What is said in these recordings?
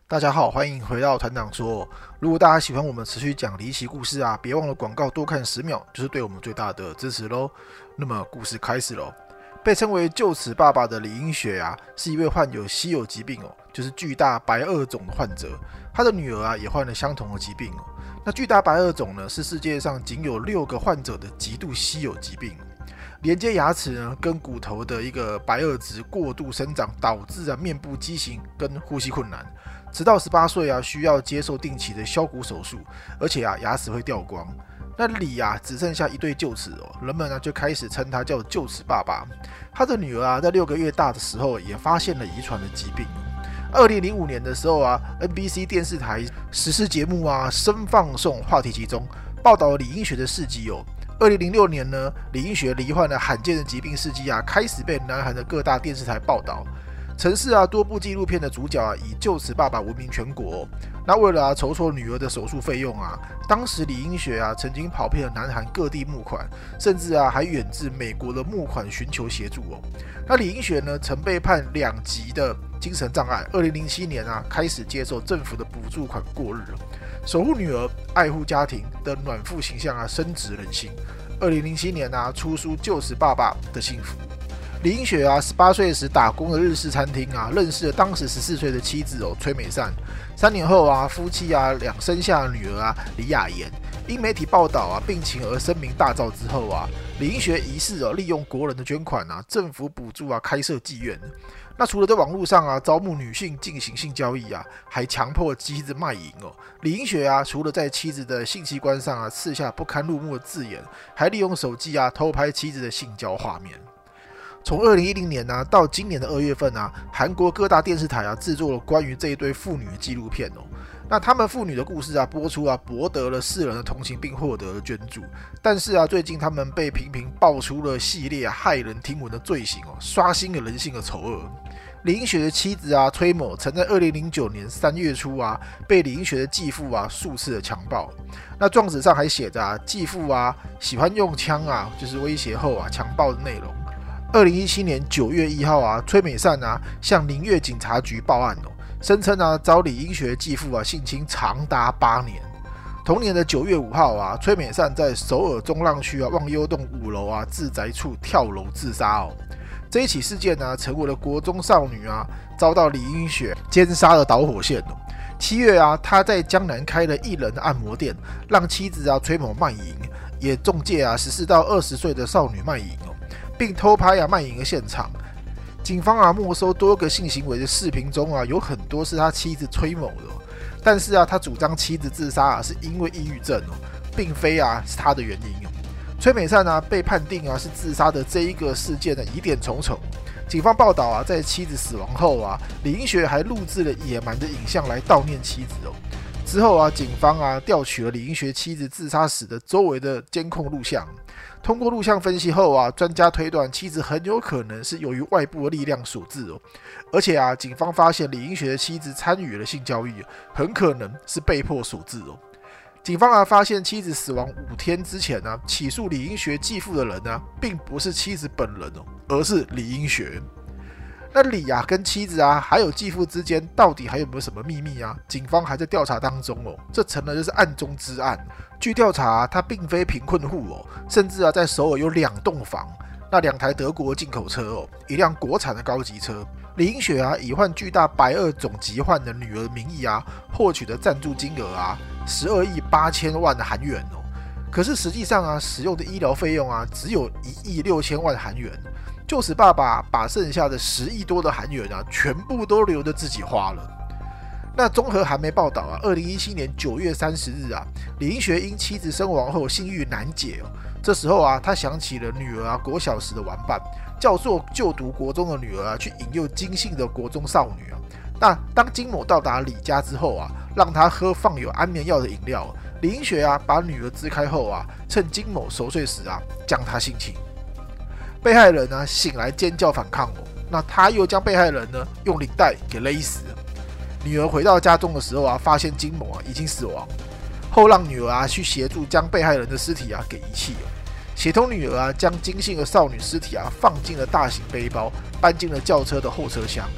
大家好，欢迎回到团长说。如果大家喜欢我们持续讲离奇故事啊，别忘了广告多看10秒，就是对我们最大的支持咯。那么故事开始咯。被称为臼齿爸爸的李英学啊，是一位患有稀有疾病就是巨大白垩肿的患者。他的女儿啊也患了相同的疾病那巨大白垩肿呢，是世界上仅有6个患者的极度稀有疾病。连接牙齿呢跟骨头的一个白垩质过度生长，导致面部畸形跟呼吸困难。直到18岁啊，需要接受定期的削骨手术，而且牙齿会掉光。那李只剩下一对臼齿人们就开始称他叫臼齿爸爸。他的女儿在6个月大的时候也发现了遗传的疾病。2005年的时候NBC 电视台时事节目生放送话题集中报道李英学的事迹2006年呢，李英学罹患了罕见的疾病事迹开始被南韩的各大电视台报道。曾是多部纪录片的主角以臼齿爸爸闻名全国那为了筹措女儿的手术费用当时李英学曾经跑遍了南韩各地募款，甚至还远至美国的募款寻求协助那李英学呢，曾被判2级的精神障碍，2007年开始接受政府的补助款过日守护女儿、爱护家庭的暖父形象深植人心。2007年出书《臼齿爸爸的幸福》。李英学18岁时打工的日式餐厅认识了当时14岁的妻子崔美善。3年后夫妻2生下女儿李雅妍。因媒体报道病情而声名大噪之后李英学疑似利用国人的捐款政府补助开设妓院。那除了在网络上招募女性进行性交易还强迫妻子卖淫李英学除了在妻子的性器官上刺下不堪入目的字眼，还利用手机偷拍妻子的性交画面。从2010年到今年的2月份韩国各大电视台制作了关于这一对父女的纪录片那他们父女的故事播出博得了世人的同情，并获得了捐助。但是最近他们被频频爆出了系列骇人听闻的罪行刷新了人性的丑恶。李英学的妻子崔某曾在2009年3月初被李英学的继父数次的强暴。那状纸上还写着继父喜欢用枪就是威胁后强暴的内容。2017年9月1号崔美善向宁越警察局报案声称遭李英学继父性侵长达8年。同年的9月5号崔美善在首尔中浪区忘忧洞5楼自宅处跳楼自杀这一起事件成为了国中少女遭到李英学奸杀的导火线7月他在江南开了1人按摩店，让妻子崔某卖淫，也中介14到20岁的少女卖淫并偷拍卖淫的现场。警方没收多个性行为的视频中有很多是他妻子崔某的但是他主张妻子自杀是因为抑郁症并非是他的原因崔美善被判定是自杀的这一个事件疑点重重。警方报道在妻子死亡后李英学还录制了野蛮的影像来悼念妻子之后警方调取了李英学妻子自杀时的周围的监控录像。通过录像分析后专家推断妻子很有可能是由于外部的力量所致而且警方发现李英学的妻子参与了性交易，很可能是被迫所致警方发现妻子死亡5天之前起诉李英学继父的人并不是妻子本人而是李英学。那李跟妻子还有继父之间到底还有没有什么秘密警方还在调查当中这成了就是暗中之案。据调查他并非贫困户甚至在首尔有2栋房，那2台德国进口车1辆国产的高级车。李英学以患巨大白垩肿疾患的女儿名义获取的赞助金额12亿8千万的韩元可是实际上使用的医疗费用只有1亿6千万韩元。臼齿爸爸把剩下的10亿多的韩元全部都留着自己花了。那综合韩媒报道2017年9月30日李英学因妻子身亡后性欲难解这时候他想起了女儿国小时的玩伴，叫做就读国中的女儿去引诱金姓的国中少女那当金某到达李家之后让他喝放有安眠药的饮料，李英学把女儿支开后趁金某熟睡时将她性侵。被害人醒来尖叫反抗那他又将被害人用领带给勒死了。女儿回到家中的时候发现金某已经死亡，后让女儿去协助将被害人的尸体给遗弃协同女儿将金姓的少女尸体放进了大型背包，搬进了轿车的后车厢。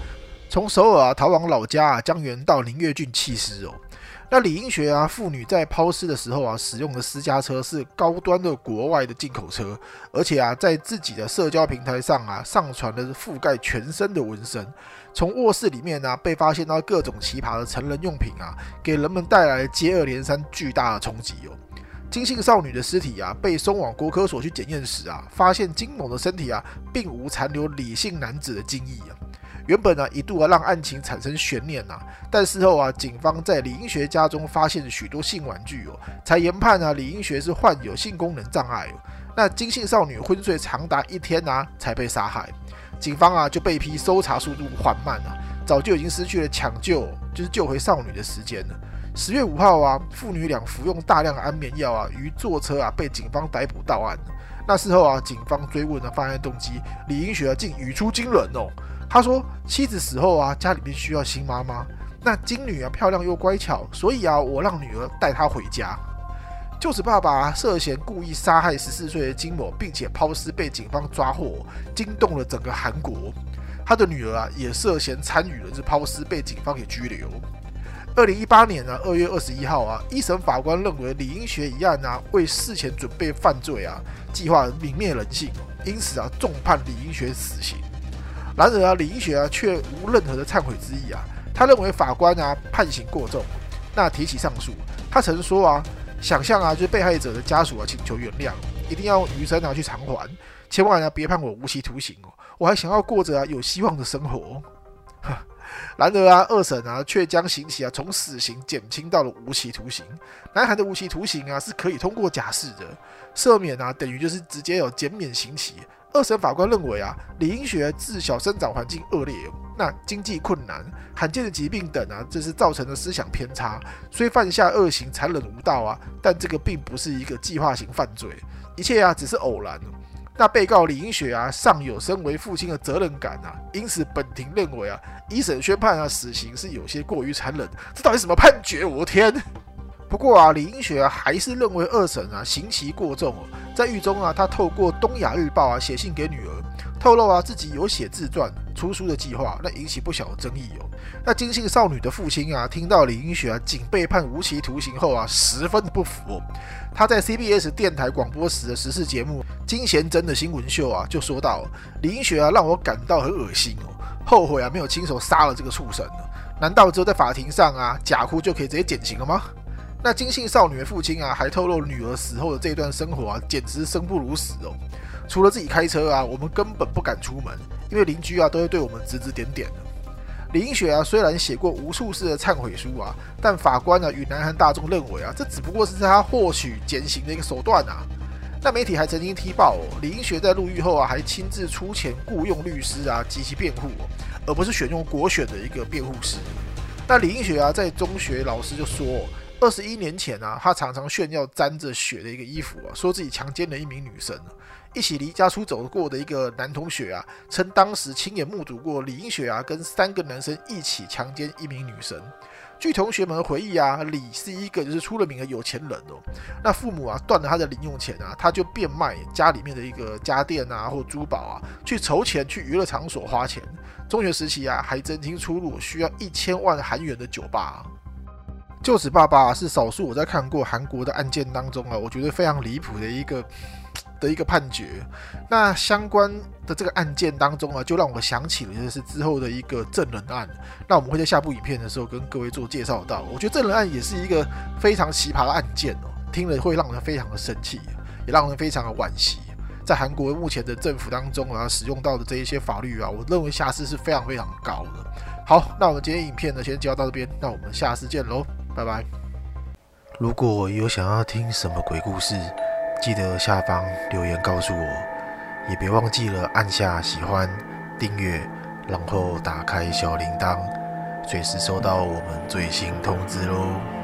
从首尔逃往老家江原道林月郡弃尸哦。那李英学父女在抛尸的时候使用的私家车是高端的国外的进口车，而且在自己的社交平台上上传了覆盖全身的纹身。从卧室里面被发现到各种奇葩的成人用品给人们带来接二连三巨大的冲击哦。金姓少女的尸体被送往国科所去检验时发现金某的身体并无残留李姓男子的精液原本一度让案情产生悬念但事后警方在李英学家中发现许多性玩具才研判李英学是患有性功能障碍那金姓少女昏睡长达1天才被杀害，警方就被批搜查速度缓慢早就已经失去了抢救就是救回少女的时间了。10月5号父女俩服用大量的安眠药于坐车被警方逮捕到案。那事后警方追问犯案动机，李英学竟语出惊人他说妻子死后家里面需要新妈妈，那金女漂亮又乖巧，所以我让女儿带她回家。就此爸爸涉嫌故意杀害14岁的金某，并且抛尸被警方抓获，惊动了整个韩国。他的女儿也涉嫌参与了这抛尸，被警方给拘留。2018年2月21号一审法官认为李英学一案为事前准备犯罪计划泯灭人性，因此重判李英学死刑。然而李英学却无任何的忏悔之意他认为法官判刑过重，那提起上诉。他曾说想象就是被害者的家属请求原谅，一定要用余生去偿还，千万别判我无期徒刑我还想要过着有希望的生活。然而二审却将刑期从死刑减轻到了无期徒刑。南韩的无期徒刑是可以通过假释的，赦免等于就是直接有减免刑期。二审法官认为李英学自小生长环境恶劣，那经济困难、罕见的疾病等这是造成的思想偏差，虽犯下恶行残忍无道但这个并不是一个计划型犯罪，一切只是偶然。那被告李英学尚有身为父亲的责任感因此本庭认为一审宣判死刑是有些过于残忍，这到底什么判决？我的天！不过李英学还是认为二审刑期过重在狱中他透过东亚日报写信给女儿，透露自己有写自传出书的计划，那引起不小的争议那金姓少女的父亲听到李英学仅被判无期徒刑后十分不服他在 CBS 电台广播时的时事节目金贤珍的新闻秀就说到，李英学让我感到很恶心后悔没有亲手杀了这个畜生难道只有在法庭上假哭就可以直接减刑了吗？那金姓少女的父亲还透露女儿死后的这段生活简直生不如死除了自己开车我们根本不敢出门，因为邻居都会对我们指指点点李英学虽然写过无数次的忏悔书但法官与南韩大众认为这只不过是他获取减刑的一个手段那媒体还曾经踢爆李英学在入狱后还亲自出钱雇用律师及其辩护而不是选用国选的一个辩护师。那李英学在中学老师就说21年前他常常炫耀沾着血的一个衣服说自己强奸了一名女生。一起离家出走过的一个男同学称当时亲眼目睹过李英学跟3个男生一起强奸一名女生。据同学们的回忆李是一个就是出了名的有钱人那父母断了他的零用钱他就变卖家里面的一个家电或珠宝去筹钱去娱乐场所花钱。中学时期还真心出入需要1000万韩元的酒吧。就此爸爸是少数我在看过韩国的案件当中我觉得非常离谱的一个判决。那相关的这个案件当中就让我想起了就是之后的一个证人案，那我们会在下部影片的时候跟各位做介绍到。我觉得证人案也是一个非常奇葩的案件听了会让人非常的生气，也让人非常的惋惜。在韩国目前的政府当中使用到的这一些法律我认为下次是非常非常高的。好，那我们今天影片呢先介绍到这边，那我们下次见喽，拜拜。如果有想要听什么鬼故事，记得下方留言告诉我，也别忘记了按下喜欢、订阅，然后打开小铃铛，随时收到我们最新通知咯。